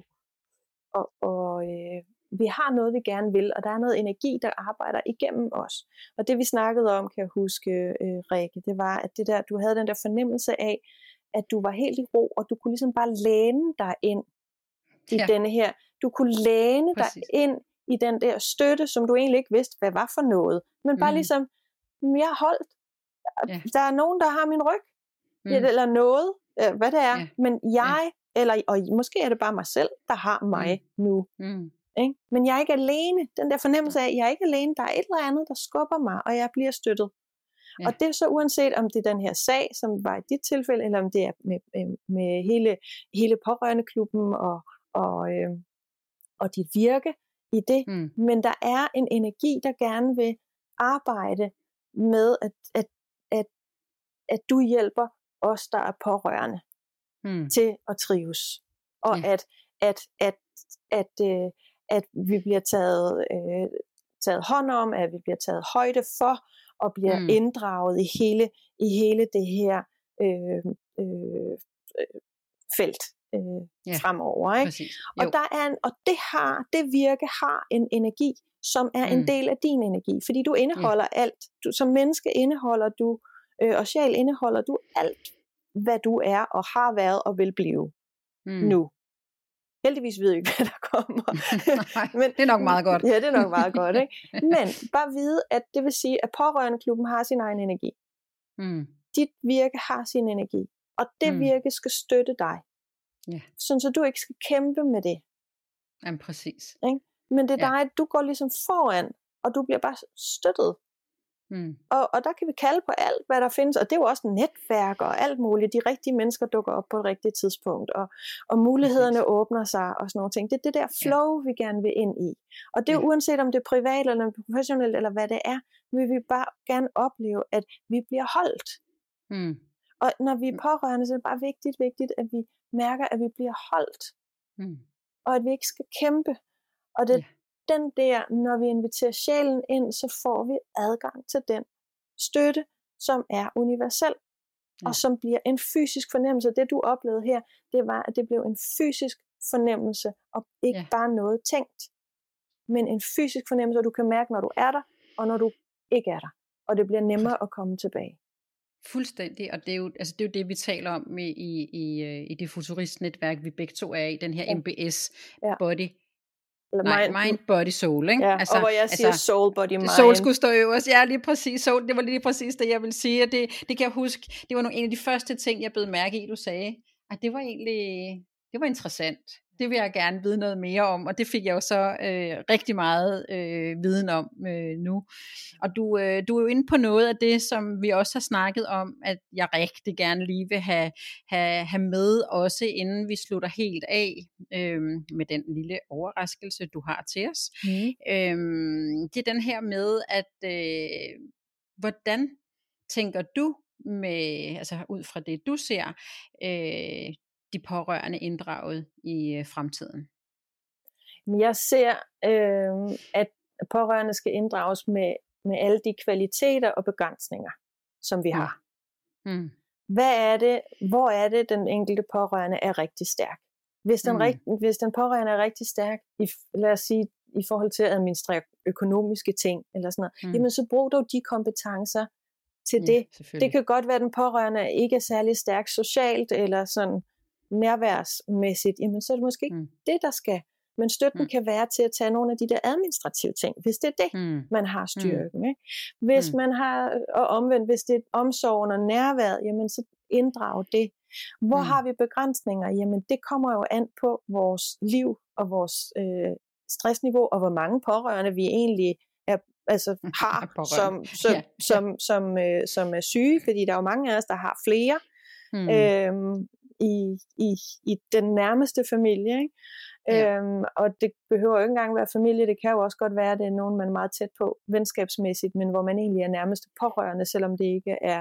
vi har noget, vi gerne vil, og der er noget energi, der arbejder igennem os. Og det vi snakkede om, kan jeg huske, Rikke, det var, at det der, du havde den der fornemmelse af, at du var helt i ro, og du kunne ligesom bare læne dig ind i denne her. Du kunne læne dig ind i den der støtte, som du egentlig ikke vidste, hvad var for noget. Men bare ligesom, jeg har holdt. Der er nogen, der har min ryg. Eller noget, hvad det er. Men jeg, og måske er det bare mig selv, der har mig nu. Ikke? Men jeg er ikke alene. Den der fornemmelse af, at jeg er ikke alene. Der er et eller andet, der skubber mig, og jeg bliver støttet. Og det er så uanset, om det er den her sag, som var i dit tilfælde, eller om det er med hele pårørendeklubben og dit virke i det. Men der er en energi, der gerne vil arbejde med, at du hjælper os, der er pårørende, til at trives. Og at vi bliver taget hånd om, at vi bliver taget højde for, og bliver inddraget i hele det her felt fremover. Ikke? Og det virke har en energi, som er en del af din energi, fordi du indeholder alt. Som menneske indeholder du, og sjæl indeholder du alt, hvad du er og har været og vil blive nu. Heldigvis ved jeg ikke, hvad der kommer. Men, det er nok meget godt. Ja, det er nok meget godt. Ikke? Men bare vide, at det vil sige, at pårørendeklubben har sin egen energi. Dit virke har sin energi. Og det virke skal støtte dig. Sådan så du ikke skal kæmpe med det. Jamen præcis. Ikke? Men det er dig, du går ligesom foran, og du bliver bare støttet. Og der kan vi kalde på alt, hvad der findes, og det er jo også netværk og alt muligt. De rigtige mennesker dukker op på et rigtigt tidspunkt, og mulighederne åbner sig og sådan nogle ting. Det er det der flow, vi gerne vil ind i. Og det er uanset om det er privat eller professionelt eller hvad det er, vil vi bare gerne opleve, at vi bliver holdt. Og når vi er pårørende, så er det bare vigtigt, at vi mærker, at vi bliver holdt. Og at vi ikke skal kæmpe. Og det den der, når vi inviterer sjælen ind, så får vi adgang til den støtte, som er universel, og som bliver en fysisk fornemmelse. Det du oplevede her, det var, at det blev en fysisk fornemmelse, og ikke bare noget tænkt, men en fysisk fornemmelse, og du kan mærke, når du er der, og når du ikke er der. Og det bliver nemmere at komme tilbage. Fuldstændig, og det er jo det, vi taler om i det futuristnetværk, vi begge to er i, den her MBS body. Mind, body, soul, ikke? Ja, og hvor jeg siger soul, body, mind. Soul skulle stå øverst. Ja, lige præcis. Soul, det var lige præcis det, jeg ville sige. Og det kan jeg huske, det var en af de første ting, jeg bed mærke i, du sagde. At det var interessant. Det vil jeg gerne vide noget mere om, og det fik jeg jo så rigtig meget viden om nu. Og du er jo inde på noget af det, som vi også har snakket om, at jeg rigtig gerne lige vil have med også, inden vi slutter helt af med den lille overraskelse, du har til os. Det er den her med, at hvordan tænker du med, altså ud fra det du ser, de pårørende inddraget i fremtiden? Jeg ser, at pårørende skal inddrages med alle de kvaliteter og begrænsninger, som vi har. Hvor er det, den enkelte pårørende er rigtig stærk? Hvis den pårørende er rigtig stærk, lad os sige, i forhold til at administrere økonomiske ting, eller sådan noget, jamen så brug dog de kompetencer til det. Det kan godt være, at den pårørende ikke er særlig stærk socialt, eller sådan nærværsmæssigt, jamen så er det måske ikke det, der skal. Men støtten kan være til at tage nogle af de der administrative ting, hvis det er det, man har styrken. Ikke? Hvis man har, og omvendt, hvis det er omsorgen og nærværet, jamen så inddrag det. Hvor har vi begrænsninger? Jamen det kommer jo an på vores liv og vores stressniveau, og hvor mange pårørende vi egentlig har, som er syge, fordi der er jo mange af os, der har flere i den nærmeste familie, ikke? Og det behøver jo ikke engang være familie, det kan jo også godt være, at det er nogen, man er meget tæt på venskabsmæssigt, men hvor man egentlig er nærmest pårørende, selvom det ikke er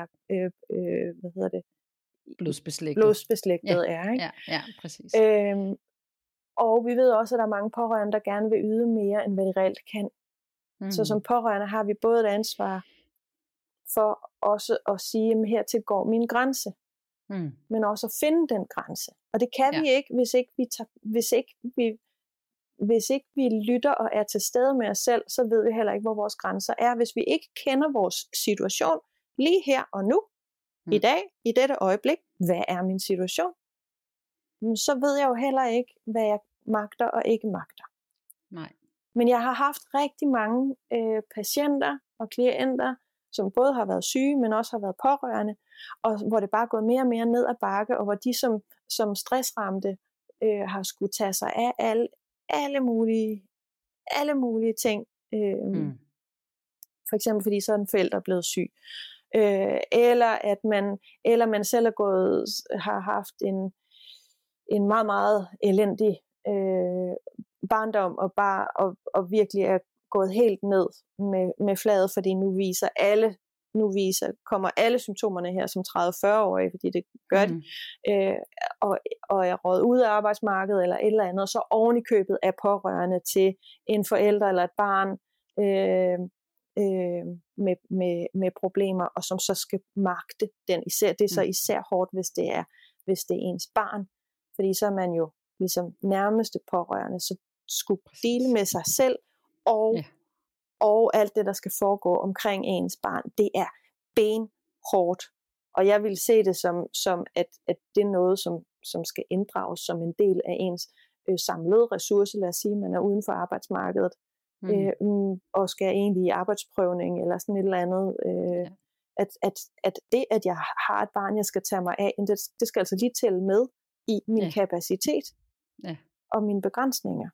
blodsbeslægtet er, ikke? Ja, præcis. Og vi ved også, at der er mange pårørende, der gerne vil yde mere, end hvad de reelt kan. Så som pårørende har vi både et ansvar for også at sige, at hertil går min grænse. Men også at finde den grænse. Og det kan vi ikke, hvis ikke vi lytter og er til stede med os selv, så ved vi heller ikke, hvor vores grænser er. Hvis vi ikke kender vores situation lige her og nu, i dag, i dette øjeblik, hvad er min situation? Så ved jeg jo heller ikke, hvad jeg magter og ikke magter. Nej. Men jeg har haft rigtig mange patienter og klienter, som både har været syge, men også har været pårørende, og hvor det bare er gået mere og mere ned ad bakke, og hvor de som stressramte har skulle tage sig af alle mulige ting. For eksempel fordi så er en forælder blevet syg. Eller man selv har haft en meget, meget elendig barndom, og virkelig er gået helt ned med fladet, fordi kommer alle symptomerne her som 30-40-årige, fordi det gør de, og er røget ud af arbejdsmarkedet eller et eller andet, og så oven i købet er pårørende til en forælder eller et barn med problemer, og som så skal magte den især. Det er så især hårdt, hvis det er ens barn, fordi så er man jo ligesom nærmeste pårørende, så skulle dele med sig selv og alt det, der skal foregå omkring ens barn. Det er benhårdt. Og jeg vil se det som at det er noget, som skal inddrages som en del af ens samlede ressource. Lad os sige, at man er uden for arbejdsmarkedet, og skal egentlig i arbejdsprøvning, eller sådan et eller andet. At det, at jeg har et barn, jeg skal tage mig af, det skal altså lige tælle med i min kapacitet og mine begrænsninger.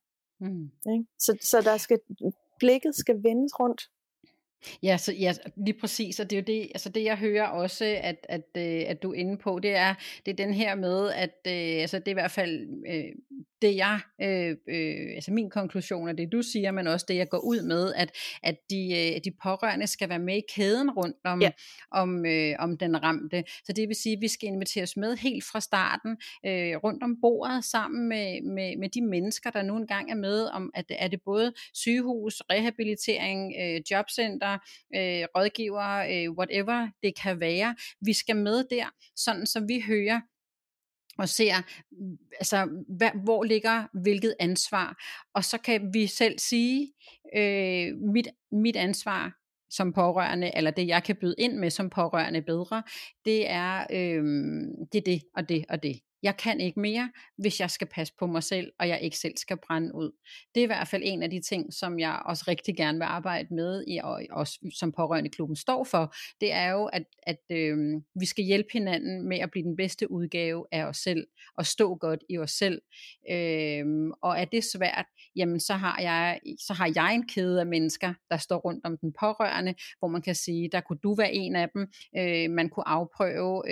Så blikket skal vendes rundt. Ja, lige præcis, og det er jo det, altså det jeg hører også, at du er inde på, det er den her med, at altså det er i hvert fald det jeg, altså min konklusion er det du siger, men også det jeg går ud med, at de pårørende skal være med i kæden rundt om den ramte, så det vil sige, at vi skal inviteres med helt fra starten, rundt om bordet sammen med de mennesker, der nu engang er med, om at er det både sygehus, rehabilitering, jobcenter, rådgiver, whatever det kan være. Vi skal med der, sådan som vi hører og ser, altså, hvor ligger hvilket ansvar. Og så kan vi selv sige, mit ansvar som pårørende, eller det jeg kan byde ind med som pårørende bedre, det er det og det og det. Jeg kan ikke mere, hvis jeg skal passe på mig selv, og jeg ikke selv skal brænde ud. Det er i hvert fald en af de ting, som jeg også rigtig gerne vil arbejde med, og også som Pårørendeklubben står for. Det er jo, at vi skal hjælpe hinanden med at blive den bedste udgave af os selv, og stå godt i os selv. Og er det svært, jamen så har jeg en kæde af mennesker, der står rundt om den pårørende, hvor man kan sige, der kunne du være en af dem. Man kunne afprøve...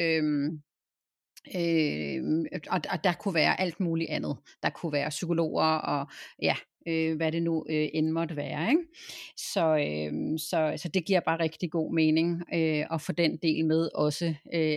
og der kunne være alt muligt andet. Der kunne være psykologer og hvad det nu end måtte være, ikke? Så det giver bare rigtig god mening at få den del med også,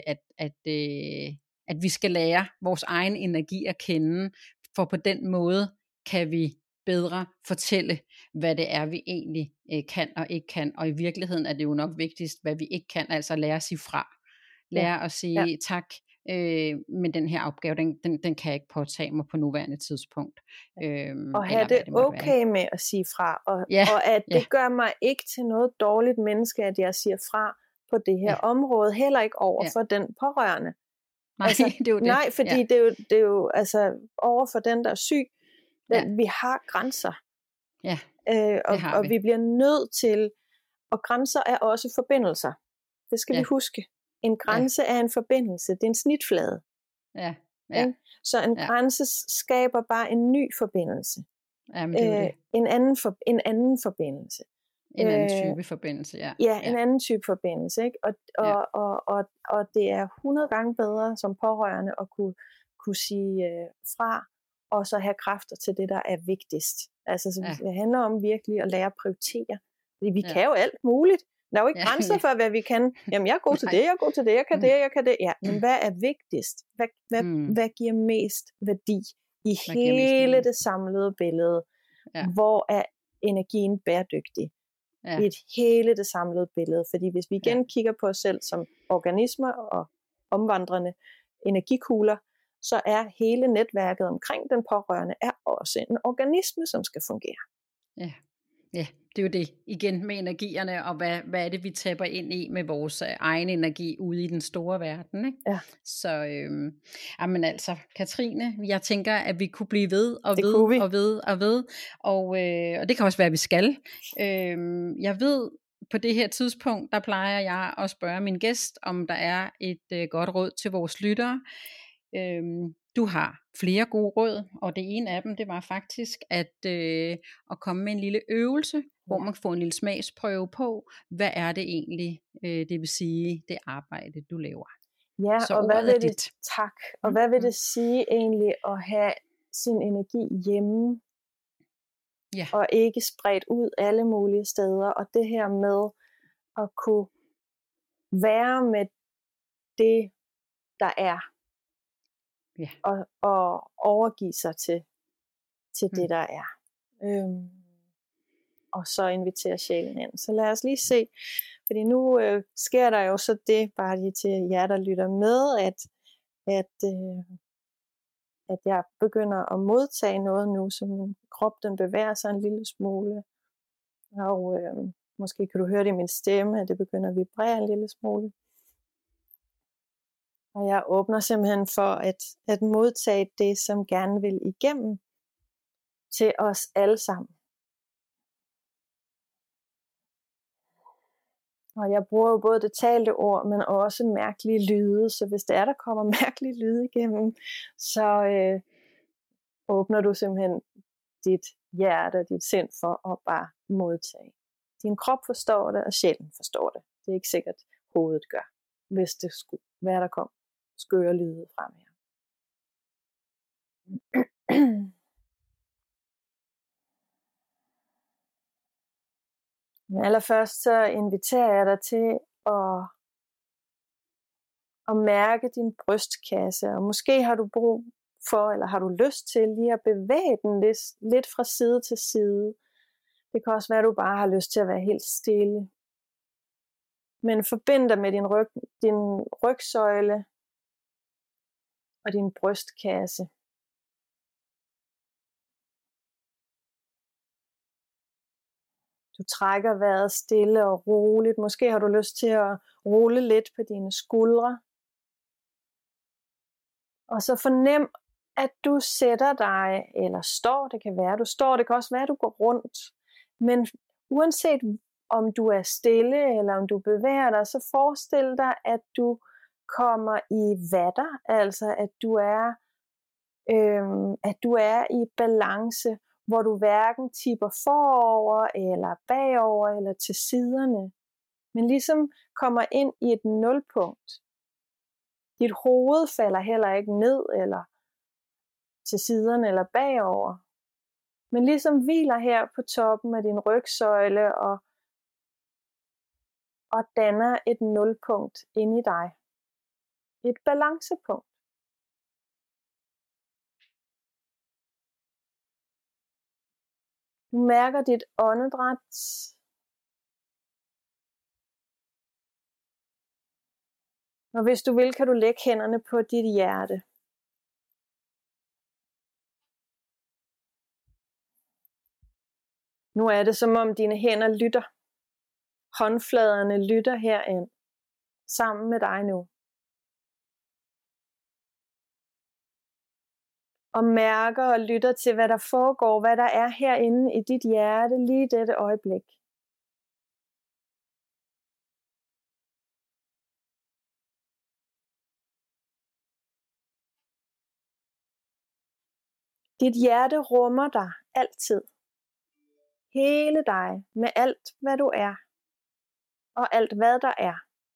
at vi skal lære vores egen energi at kende, for på den måde kan vi bedre fortælle, hvad det er, vi egentlig kan og ikke kan. Og i virkeligheden er det jo nok vigtigst, hvad vi ikke kan, altså lære at sige fra. Lære at sige tak, men den her opgave, den kan jeg ikke påtage mig på nuværende tidspunkt. Og have det okay med at sige fra, og at det gør mig ikke til noget dårligt menneske, at jeg siger fra på det her område, heller ikke over for den pårørende. Nej, altså, det er jo det. Nej, fordi det er jo altså over for den, der er syg, vi har grænser. Ja, og vi bliver nødt til, og grænser er også forbindelser. Det skal vi huske. En grænse er en forbindelse, det er en snitflade. Så en grænse skaber bare en ny forbindelse. Jamen, det er det. En anden forbindelse. En anden type forbindelse, en anden type forbindelse, ikke? Og det er 100 gange bedre som pårørende at kunne sige fra, og så have kræfter til det, der er vigtigst. Altså, det handler om virkelig at lære at prioritere. Fordi vi kan jo alt muligt. Der er jo ikke grænser for, hvad vi kan. Jamen, jeg er god til det, jeg er god til det, jeg kan det, jeg kan det. Ja, men hvad er vigtigst? Hvad giver mest værdi i hele det samlede billede? Hvor er energien bæredygtig? i hele det samlede billede. Fordi hvis vi igen kigger på os selv som organismer og omvandrende energikugler, så er hele netværket omkring den pårørende er også en organisme, som skal fungere. Ja, det er jo det igen med energierne, og hvad er det, vi tapper ind i med vores egen energi ude i den store verden, ikke? Ja. Så, men altså, Katrine, jeg tænker, at vi kunne blive ved og det ved, og det kan også være, at vi skal. Jeg ved, på det her tidspunkt, der plejer jeg at spørge min gæst, om der er et godt råd til vores lyttere. Du har flere gode råd, og det ene af dem, det var faktisk at komme med en lille øvelse, hvor man får en lille smagsprøve på, hvad er det egentlig, det vil sige, det arbejde, du laver. Ja, så og hvad vil det, tak, og hvad vil det sige egentlig at have sin energi hjemme, og ikke spredt ud alle mulige steder, og det her med at kunne være med det, der er, og overgive sig til det, der er. Og så invitere sjælen ind. Så lad os lige se, fordi nu sker der jo så det, bare lige til jer, der lytter med, at jeg begynder at modtage noget nu, så min krop den bevæger sig en lille smule. Og måske kan du høre det i min stemme, at det begynder at vibrere en lille smule. Og jeg åbner simpelthen for at modtage det, som gerne vil igennem til os alle sammen. Og jeg bruger jo både det talte ord, men også mærkelige lyde. Så hvis det er, der kommer mærkelige lyde igennem, så åbner du simpelthen dit hjerte og dit sind for at bare modtage. Din krop forstår det, og sjælen forstår det. Det er ikke sikkert, hovedet gør, hvis det skulle være, der kom skøre lyde frem her. Men allerførst så inviterer jeg dig til at mærke din brystkasse, og måske har du brug for, eller har du lyst til lige at bevæge den lidt fra side til side. Det kan også være, at du bare har lyst til at være helt stille. Men forbind dig med din rygsøjle og din brystkasse. Du trækker vejret stille og roligt. Måske har du lyst til at rulle lidt på dine skuldre. Og så fornem, at du sætter dig, eller står, det kan være, du står, det kan også være, at du går rundt. Men uanset om du er stille, eller om du bevæger dig, så forestil dig, at du kommer i vatter, altså at du er i balance, hvor du hverken tipper forover, eller bagover, eller til siderne, men ligesom kommer ind i et nulpunkt. Dit hoved falder heller ikke ned, eller til siderne, eller bagover, men ligesom hviler her på toppen af din rygsøjle, og danner et nulpunkt inde i dig. Et balancepunkt. Du mærker dit åndedræt. Og hvis du vil, kan du lægge hænderne på dit hjerte. Nu er det som om dine hænder lytter. Håndfladerne lytter herind. Sammen med dig nu. Og mærker og lytter til, hvad der foregår, hvad der er herinde i dit hjerte lige i dette øjeblik. Dit hjerte rummer dig altid. Hele dig med alt, hvad du er. Og alt, hvad der er.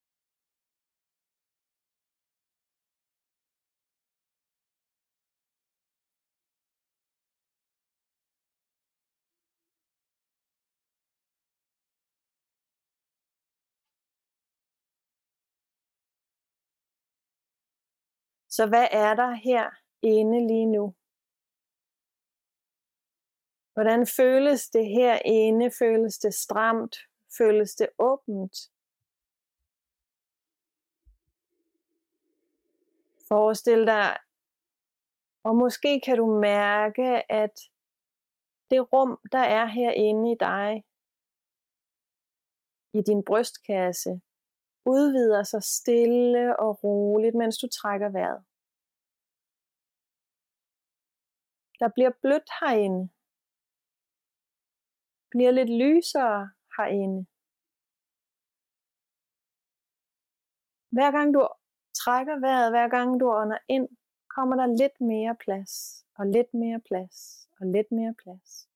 Så hvad er der herinde lige nu? Hvordan føles det herinde? Føles det stramt? føles det åbent. Forestil dig, og måske kan du mærke, at det rum, der er herinde i dig, i din brystkasse, udvider sig stille og roligt, mens du trækker vejret. Der bliver blødt herinde. Bliver lidt lysere herinde. Hver gang du trækker vejret, hver gang du ånder ind, kommer der lidt mere plads, og lidt mere plads, og lidt mere plads.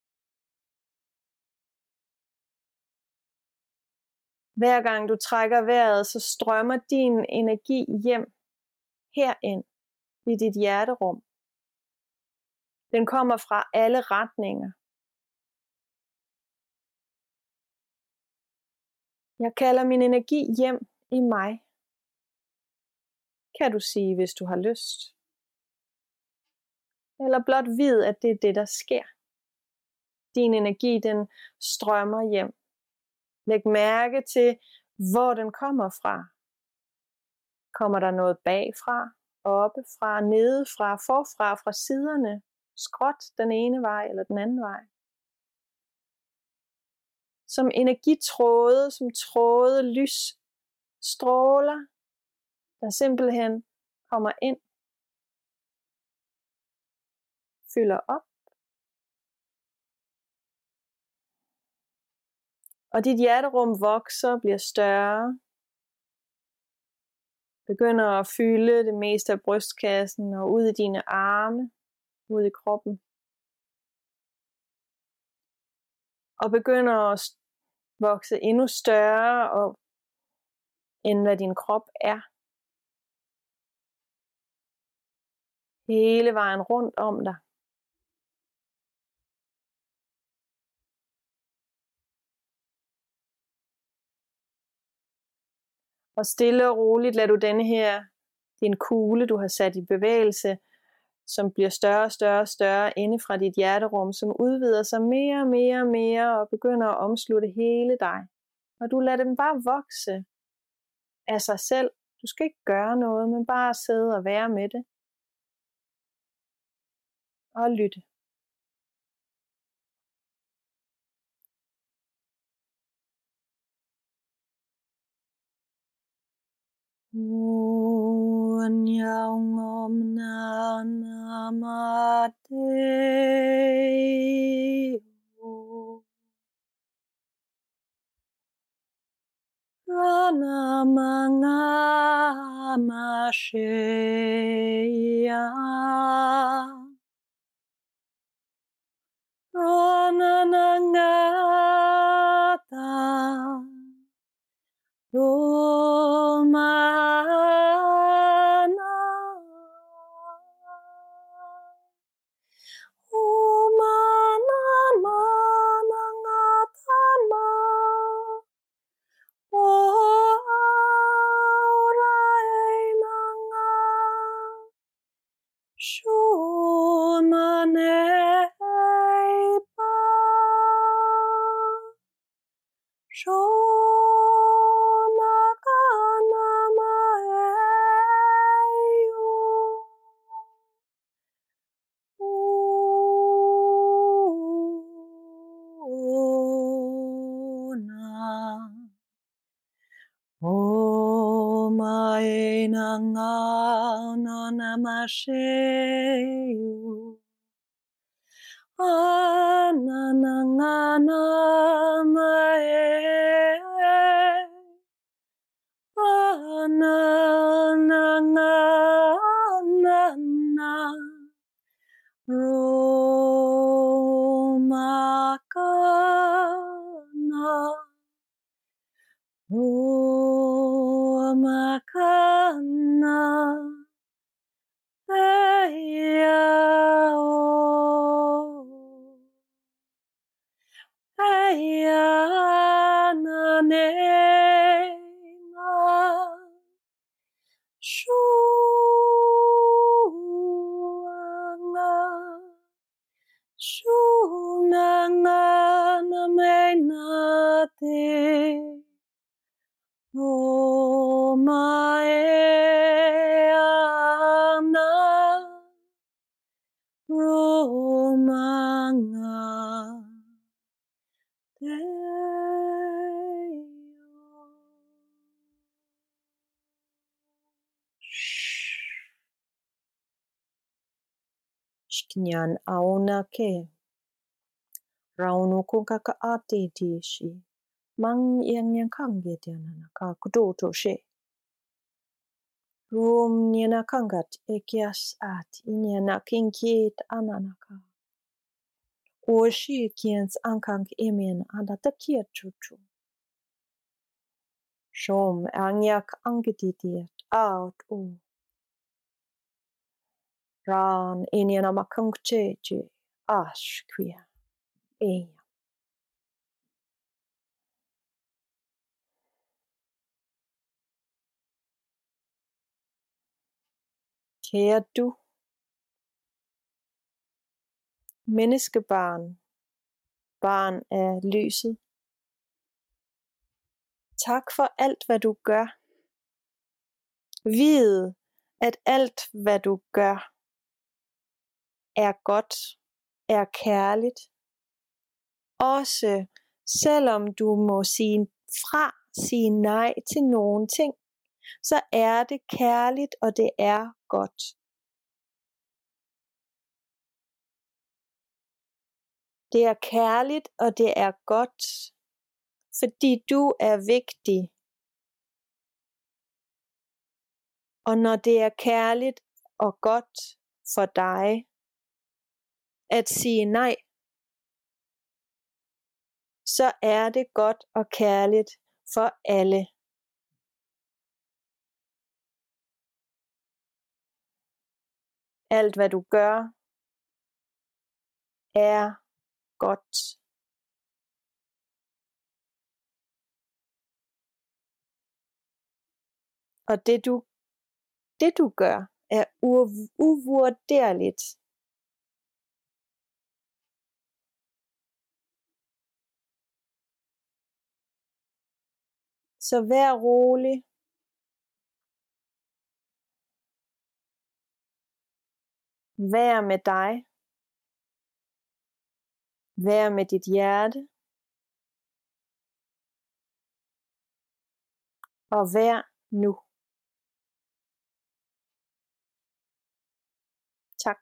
Hver gang du trækker vejret, så strømmer din energi hjem herind i dit hjerterum. Den kommer fra alle retninger. Jeg kalder min energi hjem i mig, kan du sige, hvis du har lyst. Eller blot vid, at det er det, der sker. Din energi, den strømmer hjem. Læg mærke til, hvor den kommer fra. Kommer der noget bagfra, oppefra, nedefra, forfra, fra siderne, skråt den ene vej eller den anden vej? Som energitråde, som tråde lys, stråler, der simpelthen kommer ind, fylder op. Og dit hjerterum vokser, bliver større, begynder at fylde det meste af brystkassen og ud i dine arme, ud i kroppen. Og begynder at vokse endnu større, end hvad din krop er. Hele vejen rundt om dig. Og stille og roligt lader du denne her, din kugle, du har sat i bevægelse, som bliver større og større og større inde fra dit hjerterum, som udvider sig mere og mere og mere og begynder at omslutte hele dig. Og du lader dem bare vokse af sig selv. Du skal ikke gøre noget, men bare sidde og være med det. Og lytte. Om namate Ranamanga Masheya Rananangata Romana Omana Manangatama Orainanga Shomaneipa Namasheyu Ananangana mae Ananangana Romakana Romakana Shunanga namena te o maeana romanga Shkinyan aona ke rauno ko kaka ate tishi mang yang kange tiana ka kudoto she rum niana kangat ekias at inyana kinkiet ananaka oshi kiens ankang emen andata kietutu shom angyak angititiet out o ran inyana makangcheche ash kwia Kære du, menneskebarn, barn af lyset. Tak for alt, hvad du gør. Vid, at alt, hvad du gør, er godt, er kærligt. Også selvom du må sige nej til nogle ting, så er det kærligt, og det er godt. Det er kærligt, og det er godt, fordi du er vigtig. Og når det er kærligt og godt for dig at sige nej, så er det godt og kærligt for alle. Alt hvad du gør er godt. Og det du gør er uvurderligt. Så vær rolig. Vær med dig. Vær med dit hjerte. Og vær nu. Tak.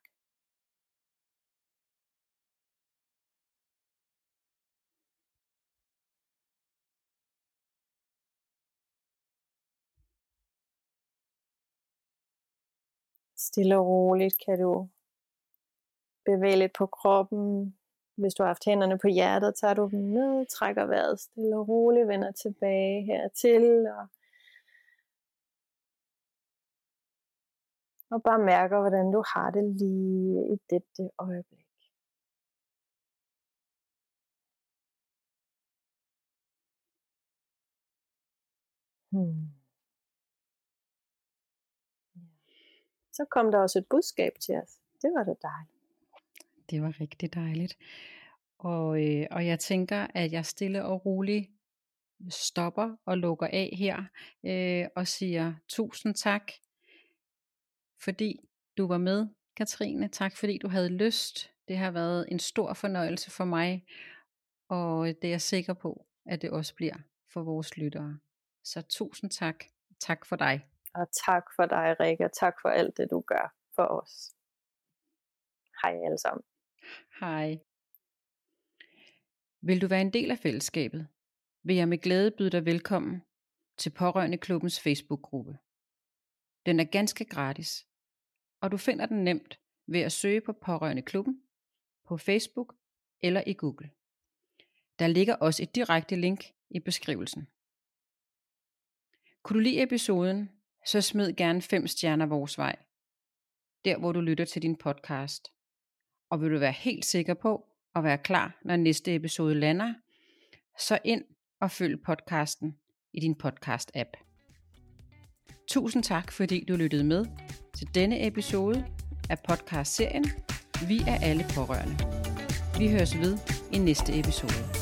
Stille og roligt kan du bevæge lidt på kroppen. Hvis du har haft hænderne på hjertet, tager du dem ned, trækker vejret stille og roligt, vender tilbage hertil. Og bare mærker, hvordan du har det lige i dette øjeblik. Så kom der også et budskab til os. Det var da dejligt. Det var rigtig dejligt. Og jeg tænker, at jeg stille og roligt stopper og lukker af her og siger tusind tak, fordi du var med, Katrine. Tak fordi du havde lyst. Det har været en stor fornøjelse for mig, og det er jeg sikker på, at det også bliver for vores lyttere. Så tusind tak. Tak for dig. Og tak for dig, Rikke. Tak for alt det, du gør for os. Hej alle sammen. Hej. Vil du være en del af fællesskabet, vil jeg med glæde byde dig velkommen til Pårørendeklubbens Facebook-gruppe. Den er ganske gratis, og du finder den nemt ved at søge på Pårørendeklubben på Facebook eller i Google. Der ligger også et direkte link i beskrivelsen. Kunne du lide episoden, så smid gerne 5 stjerner vores vej, der hvor du lytter til din podcast. Og vil du være helt sikker på at være klar, når næste episode lander, så ind og følg podcasten i din podcast-app. Tusind tak, fordi du lyttede med til denne episode af podcastserien Vi er alle pårørende. Vi høres ved i næste episode.